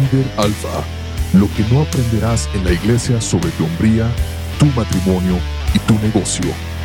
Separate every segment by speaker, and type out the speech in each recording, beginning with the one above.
Speaker 1: Líder Alfa, lo que no aprenderás en la iglesia sobre tu hombría, tu matrimonio y tu negocio.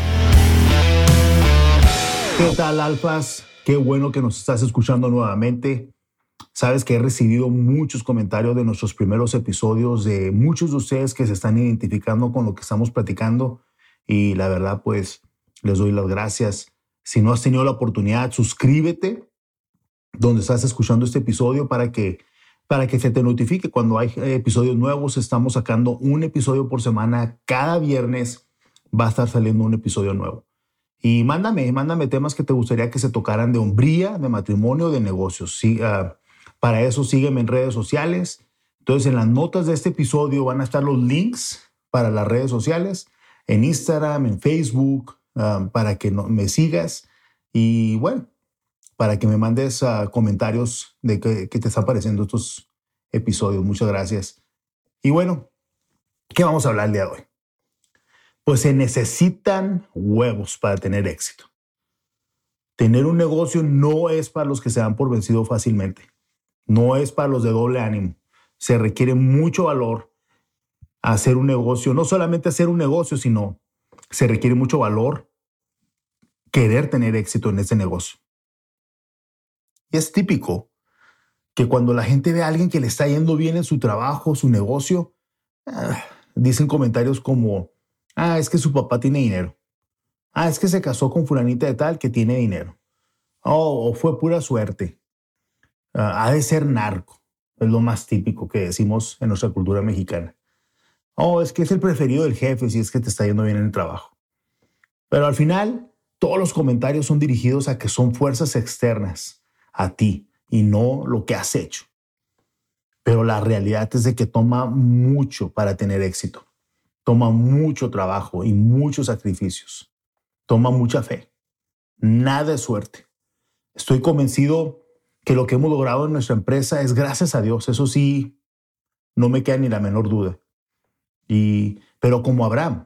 Speaker 2: ¿Qué tal, Alfas? Qué bueno que nos estás escuchando nuevamente. Sabes que he recibido muchos comentarios de nuestros primeros episodios de muchos de ustedes que se están identificando con lo que estamos platicando y la verdad, pues, les doy las gracias. Si no has tenido la oportunidad, suscríbete donde estás escuchando este episodio para que se te notifique cuando hay episodios nuevos. Estamos sacando un episodio por semana. Cada viernes va a estar saliendo un episodio nuevo. Y mándame temas que te gustaría que se tocaran de hombría, de matrimonio, de negocios. Sí, para eso sígueme en redes sociales. Entonces, en las notas de este episodio van a estar los links para las redes sociales, en Instagram, en Facebook, para que me sigas. Y bueno, para que me mandes comentarios de qué te están pareciendo estos episodios. Muchas gracias. Y bueno, ¿qué vamos a hablar el día de hoy? Pues se necesitan huevos para tener éxito. Tener un negocio no es para los que se dan por vencido fácilmente. No es para los de doble ánimo. Se requiere mucho valor hacer un negocio. No solamente hacer un negocio, sino se requiere mucho valor querer tener éxito en ese negocio. Y es típico que cuando la gente ve a alguien que le está yendo bien en su trabajo, su negocio, dicen comentarios como, es que su papá tiene dinero. Es que se casó con fulanita de tal que tiene dinero. O fue pura suerte. Ha de ser narco. Es lo más típico que decimos en nuestra cultura mexicana. Es que es el preferido del jefe si es que te está yendo bien en el trabajo. Pero al final, todos los comentarios son dirigidos a que son fuerzas externas a ti y no lo que has hecho. Pero la realidad es de que toma mucho para tener éxito. Toma mucho trabajo y muchos sacrificios. Toma mucha fe. Nada es suerte. Estoy convencido que lo que hemos logrado en nuestra empresa es gracias a Dios. Eso sí, no me queda ni la menor duda. Pero como Abraham,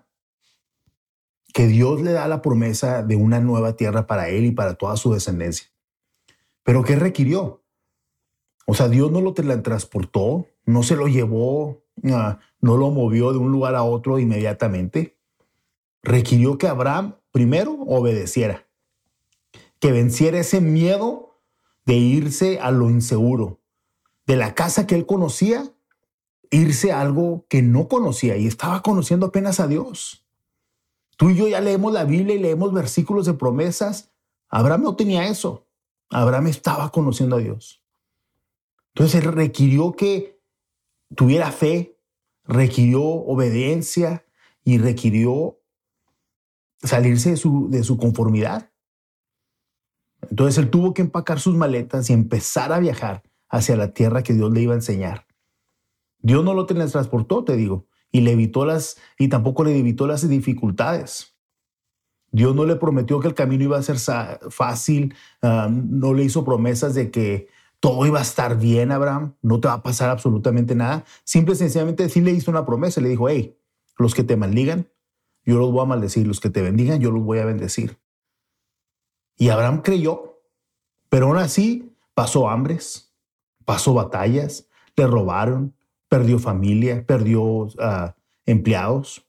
Speaker 2: que Dios le da la promesa de una nueva tierra para él y para toda su descendencia. ¿Pero qué requirió? Dios no lo transportó, no se lo llevó, no lo movió de un lugar a otro inmediatamente. Requirió que Abraham primero obedeciera, que venciera ese miedo de irse a lo inseguro, de la casa que él conocía, irse a algo que no conocía y estaba conociendo apenas a Dios. Tú y yo ya leemos la Biblia y leemos versículos de promesas. Abraham no tenía eso. Abraham estaba conociendo a Dios. Entonces él requirió que tuviera fe, requirió obediencia y requirió salirse de su conformidad. Entonces él tuvo que empacar sus maletas y empezar a viajar hacia la tierra que Dios le iba a enseñar. Dios no lo transportó, te digo, y tampoco le evitó las dificultades. Dios no le prometió que el camino iba a ser fácil, no le hizo promesas de que todo iba a estar bien, Abraham, no te va a pasar absolutamente nada. Simple y sencillamente sí le hizo una promesa, le dijo, los que te maldigan, yo los voy a maldecir, los que te bendigan, yo los voy a bendecir. Y Abraham creyó, pero aún así pasó hambres, pasó batallas, le robaron, perdió familia, perdió empleados.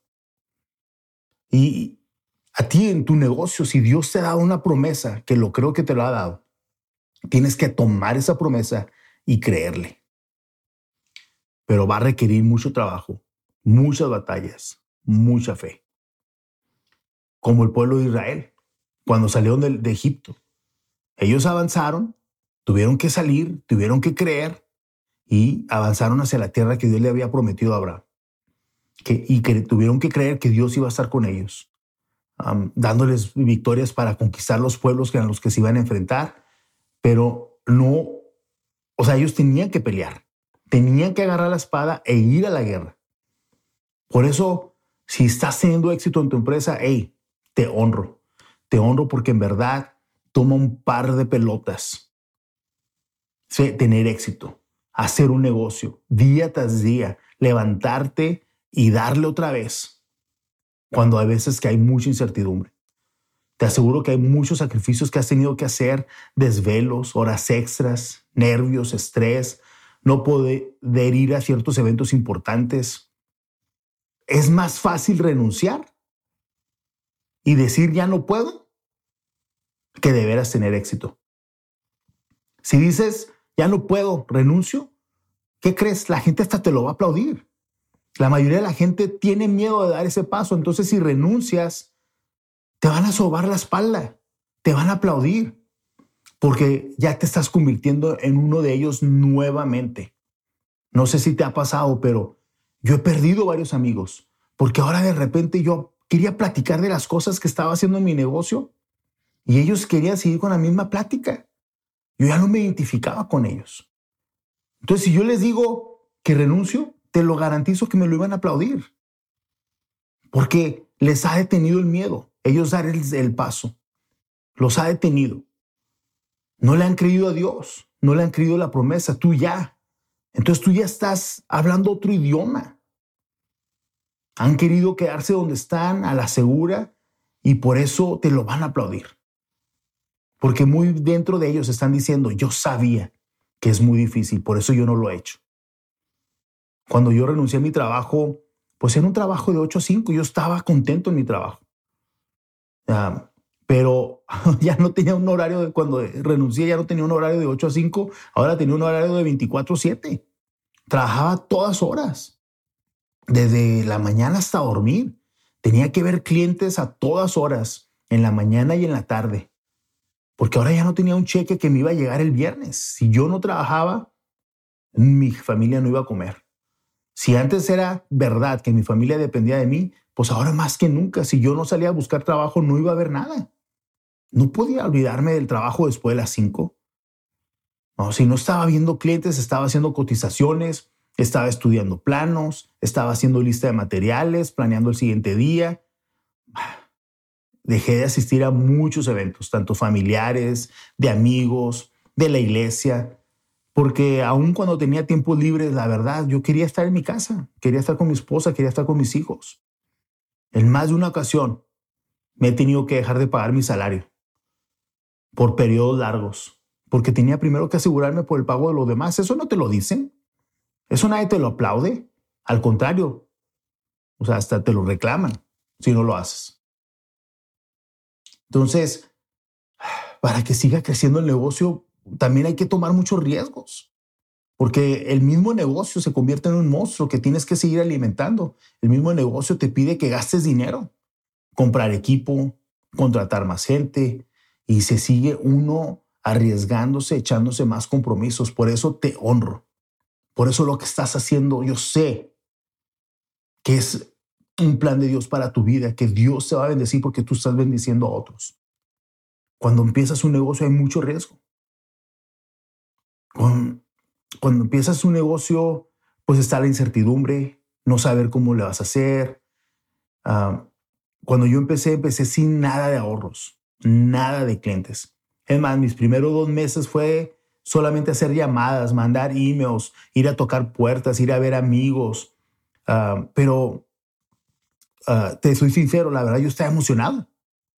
Speaker 2: Y a ti en tu negocio, si Dios te ha dado una promesa, que lo creo que te lo ha dado, tienes que tomar esa promesa y creerle. Pero va a requerir mucho trabajo, muchas batallas, mucha fe. Como el pueblo de Israel, cuando salieron de Egipto. Ellos avanzaron, tuvieron que salir, tuvieron que creer y avanzaron hacia la tierra que Dios le había prometido a Abraham. Y tuvieron que creer que Dios iba a estar con ellos. Dándoles victorias para conquistar los pueblos que eran los que se iban a enfrentar, pero no, ellos tenían que pelear, tenían que agarrar la espada e ir a la guerra. Por eso, si estás teniendo éxito en tu empresa, te honro porque en verdad toma un par de pelotas. Tener éxito, hacer un negocio, día tras día, levantarte y darle otra vez. Cuando hay veces que hay mucha incertidumbre. Te aseguro que hay muchos sacrificios que has tenido que hacer, desvelos, horas extras, nervios, estrés, no poder ir a ciertos eventos importantes. Es más fácil renunciar y decir ya no puedo que de veras tener éxito. Si dices ya no puedo, renuncio, ¿qué crees? La gente hasta te lo va a aplaudir. La mayoría de la gente tiene miedo de dar ese paso. Entonces, si renuncias, te van a sobar la espalda, te van a aplaudir, porque ya te estás convirtiendo en uno de ellos nuevamente. No sé si te ha pasado, pero yo he perdido varios amigos, porque ahora de repente yo quería platicar de las cosas que estaba haciendo en mi negocio y ellos querían seguir con la misma plática. Yo ya no me identificaba con ellos. Entonces, si yo les digo que renuncio, te lo garantizo que me lo iban a aplaudir, porque les ha detenido el miedo. Ellos dar el paso. Los ha detenido. No le han creído a Dios. No le han creído la promesa. Tú ya. Entonces tú ya estás hablando otro idioma. Han querido quedarse donde están a la segura y por eso te lo van a aplaudir. Porque muy dentro de ellos están diciendo, yo sabía que es muy difícil, por eso yo no lo he hecho. Cuando yo renuncié a mi trabajo, pues era un trabajo de 8 a 5, yo estaba contento en mi trabajo. Pero ya no tenía un horario, cuando renuncié ya no tenía un horario de 8 a 5, ahora tenía un horario de 24/7. Trabajaba todas horas, desde la mañana hasta dormir. Tenía que ver clientes a todas horas, en la mañana y en la tarde, porque ahora ya no tenía un cheque que me iba a llegar el viernes. Si yo no trabajaba, mi familia no iba a comer. Si antes era verdad que mi familia dependía de mí, pues ahora más que nunca, si yo no salía a buscar trabajo, no iba a haber nada. No podía olvidarme del trabajo después de las 5. No, si no estaba viendo clientes, estaba haciendo cotizaciones, estaba estudiando planos, estaba haciendo lista de materiales, planeando el siguiente día. Dejé de asistir a muchos eventos, tanto familiares, de amigos, de la iglesia, porque aun cuando tenía tiempos libres, la verdad, yo quería estar en mi casa, quería estar con mi esposa, quería estar con mis hijos. En más de una ocasión me he tenido que dejar de pagar mi salario por periodos largos, porque tenía primero que asegurarme por el pago de los demás. Eso no te lo dicen, eso nadie te lo aplaude, al contrario, o sea, hasta te lo reclaman si no lo haces. Entonces, para que siga creciendo el negocio, también hay que tomar muchos riesgos, porque el mismo negocio se convierte en un monstruo que tienes que seguir alimentando. El mismo negocio te pide que gastes dinero, comprar equipo, contratar más gente, y se sigue uno arriesgándose, echándose más compromisos. Por eso te honro. Por eso lo que estás haciendo, yo sé que es un plan de Dios para tu vida, que Dios te va a bendecir porque tú estás bendiciendo a otros. Cuando empiezas un negocio hay mucho riesgo. Cuando empiezas un negocio, pues está la incertidumbre, no saber cómo le vas a hacer. Cuando yo empecé sin nada de ahorros, nada de clientes. Es más, mis primeros 2 meses fue solamente hacer llamadas, mandar emails, ir a tocar puertas, ir a ver amigos. Pero te soy sincero, la verdad, yo estaba emocionado.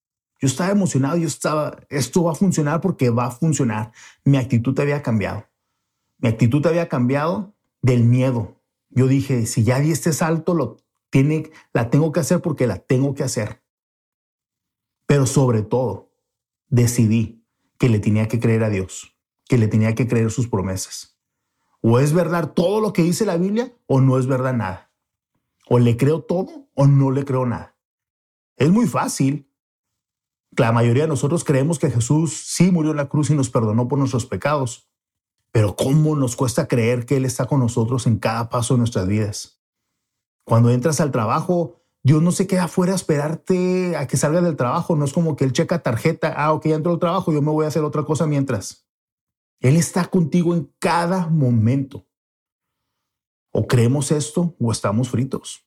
Speaker 2: Esto va a funcionar porque va a funcionar. Mi actitud había cambiado. Mi actitud había cambiado del miedo. Yo dije, si ya di este salto, la tengo que hacer porque la tengo que hacer. Pero sobre todo, decidí que le tenía que creer a Dios, que le tenía que creer sus promesas. O es verdad todo lo que dice la Biblia o no es verdad nada. O le creo todo o no le creo nada. Es muy fácil. La mayoría de nosotros creemos que Jesús sí murió en la cruz y nos perdonó por nuestros pecados. Pero ¿cómo nos cuesta creer que Él está con nosotros en cada paso de nuestras vidas? Cuando entras al trabajo, Dios no se queda afuera a esperarte a que salgas del trabajo. No es como que Él checa tarjeta. Ok, ya entró al trabajo, yo me voy a hacer otra cosa mientras. Él está contigo en cada momento. O creemos esto o estamos fritos.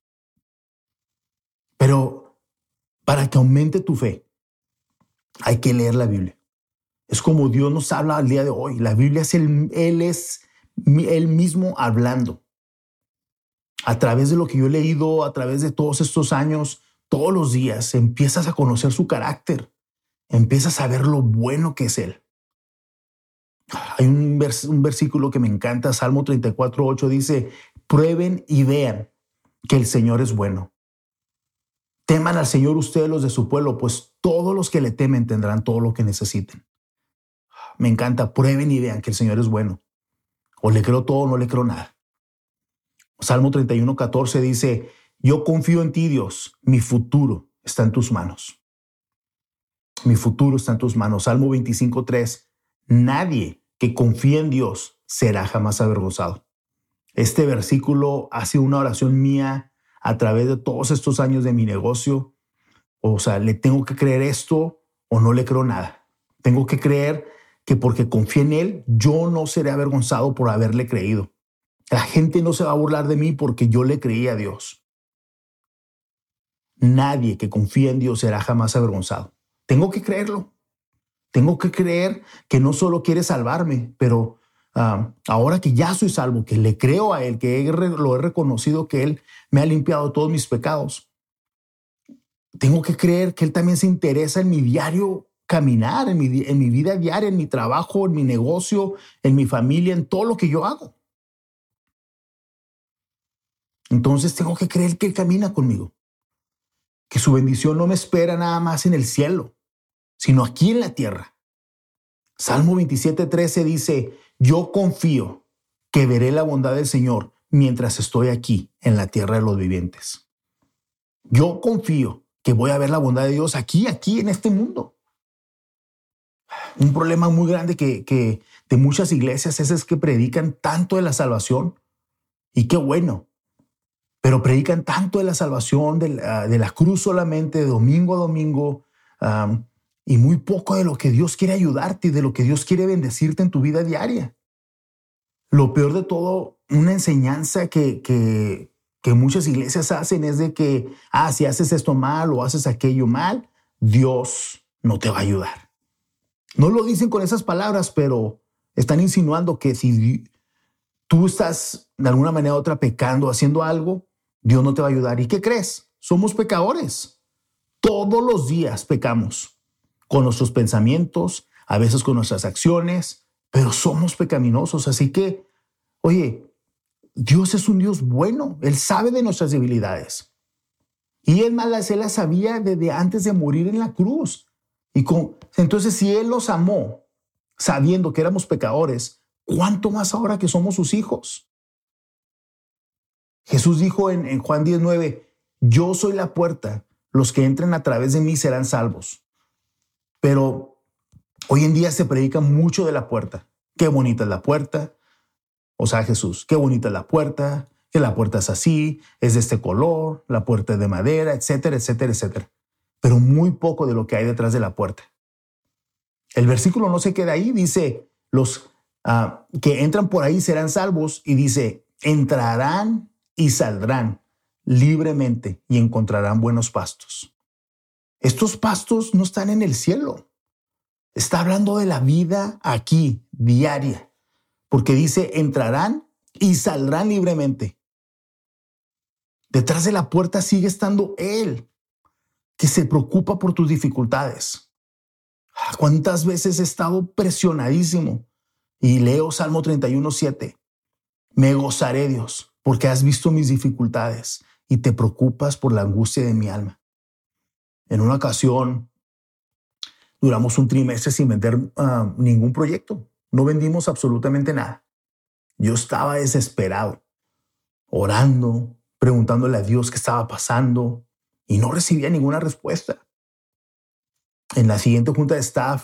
Speaker 2: Pero para que aumente tu fe, hay que leer la Biblia. Es como Dios nos habla al día de hoy. La Biblia es Él mismo hablando. A través de lo que yo he leído, a través de todos estos años, todos los días empiezas a conocer su carácter. Empiezas a ver lo bueno que es Él. Hay un un versículo que me encanta, Salmo 34:8 dice, prueben y vean que el Señor es bueno. Teman al Señor ustedes los de su pueblo, pues todos los que le temen tendrán todo lo que necesiten. Me encanta, prueben y vean que el Señor es bueno. O le creo todo o no le creo nada. Salmo 31:14 dice, yo confío en ti, Dios, mi futuro está en tus manos. Mi futuro está en tus manos. Salmo 25:3, nadie que confíe en Dios será jamás avergonzado. Este versículo hace una oración mía a través de todos estos años de mi negocio. O sea, ¿le tengo que creer esto o no le creo nada? Tengo que creer que porque confíe en Él, yo no seré avergonzado por haberle creído. La gente no se va a burlar de mí porque yo le creí a Dios. Nadie que confíe en Dios será jamás avergonzado. Tengo que creerlo. Tengo que creer que no solo quiere salvarme, pero ahora que ya soy salvo, que le creo a Él, que lo he reconocido, que Él me ha limpiado todos mis pecados. Tengo que creer que Él también se interesa en mi diario caminar, en mi vida diaria, en mi trabajo, en mi negocio, en mi familia, en todo lo que yo hago. Entonces tengo que creer que Él camina conmigo, que su bendición no me espera nada más en el cielo, sino aquí en la tierra. Salmo 27:13 dice, yo confío que veré la bondad del Señor mientras estoy aquí en la tierra de los vivientes. Yo confío que voy a ver la bondad de Dios aquí en este mundo. Un problema muy grande que de muchas iglesias es que predican tanto de la salvación, y qué bueno, pero predican tanto de la salvación, de la cruz solamente, de domingo a domingo, y muy poco de lo que Dios quiere ayudarte y de lo que Dios quiere bendecirte en tu vida diaria. Lo peor de todo, una enseñanza que muchas iglesias hacen es de que, si haces esto mal o haces aquello mal, Dios no te va a ayudar. No lo dicen con esas palabras, pero están insinuando que si tú estás de alguna manera u otra pecando, haciendo algo, Dios no te va a ayudar. ¿Y qué crees? Somos pecadores. Todos los días pecamos con nuestros pensamientos, a veces con nuestras acciones, pero somos pecaminosos. Así que, oye, Dios es un Dios bueno. Él sabe de nuestras debilidades. Y Él las sabía desde antes de morir en la cruz. Entonces, si Él nos amó sabiendo que éramos pecadores, ¿cuánto más ahora que somos sus hijos? Jesús dijo en Juan 10:9, yo soy la puerta, los que entren a través de mí serán salvos. Pero hoy en día se predica mucho de la puerta. Qué bonita es la puerta. O sea, Jesús, qué bonita es la puerta, que la puerta es así, es de este color, la puerta es de madera, etcétera, etcétera, etcétera. Pero muy poco de lo que hay detrás de la puerta. El versículo no se queda ahí, dice, los que entran por ahí serán salvos, y dice, entrarán y saldrán libremente y encontrarán buenos pastos. Estos pastos no están en el cielo. Está hablando de la vida aquí, diaria, porque dice, entrarán y saldrán libremente. Detrás de la puerta sigue estando Él, que se preocupa por tus dificultades. ¿Cuántas veces he estado presionadísimo? Y leo Salmo 31:7. Me gozaré, Dios, porque has visto mis dificultades y te preocupas por la angustia de mi alma. En una ocasión, duramos un trimestre sin vender ningún proyecto. No vendimos absolutamente nada. Yo estaba desesperado, orando, preguntándole a Dios qué estaba pasando, y no recibía ninguna respuesta. En la siguiente junta de staff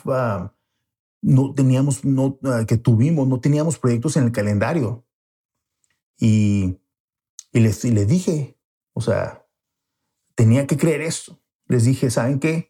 Speaker 2: no teníamos proyectos en el calendario. Y les dije, o sea, tenía que creer esto. Les dije, ¿saben qué?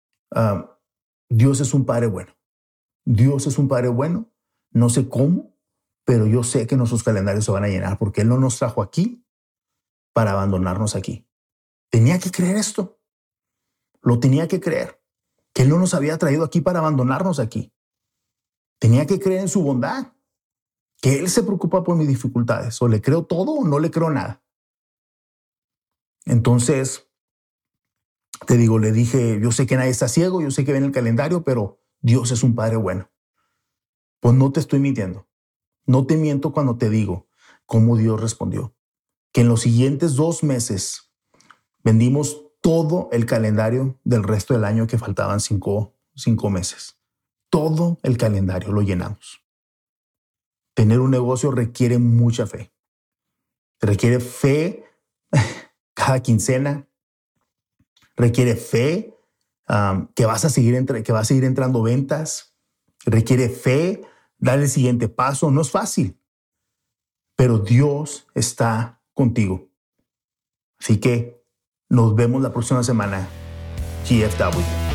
Speaker 2: Dios es un Padre bueno. Dios es un Padre bueno. No sé cómo, pero yo sé que nuestros calendarios se van a llenar porque Él no nos trajo aquí para abandonarnos aquí. Tenía que creer esto. Lo tenía que creer. Que Él no nos había traído aquí para abandonarnos aquí. Tenía que creer en su bondad. Que Él se preocupa por mis dificultades. O le creo todo o no le creo nada. Entonces, te digo, le dije, yo sé que nadie está ciego, yo sé que ven el calendario, pero Dios es un Padre bueno. Pues no te estoy mintiendo. No te miento cuando te digo cómo Dios respondió. Que en los siguientes 2 meses vendimos todo el calendario del resto del año, que faltaban 5 meses. Todo el calendario lo llenamos. Tener un negocio requiere mucha fe. Requiere fe cada quincena. Requiere fe que va a seguir entrando ventas. Requiere fe dar el siguiente paso. No es fácil, pero Dios está contigo. Así que nos vemos la próxima semana. GFW.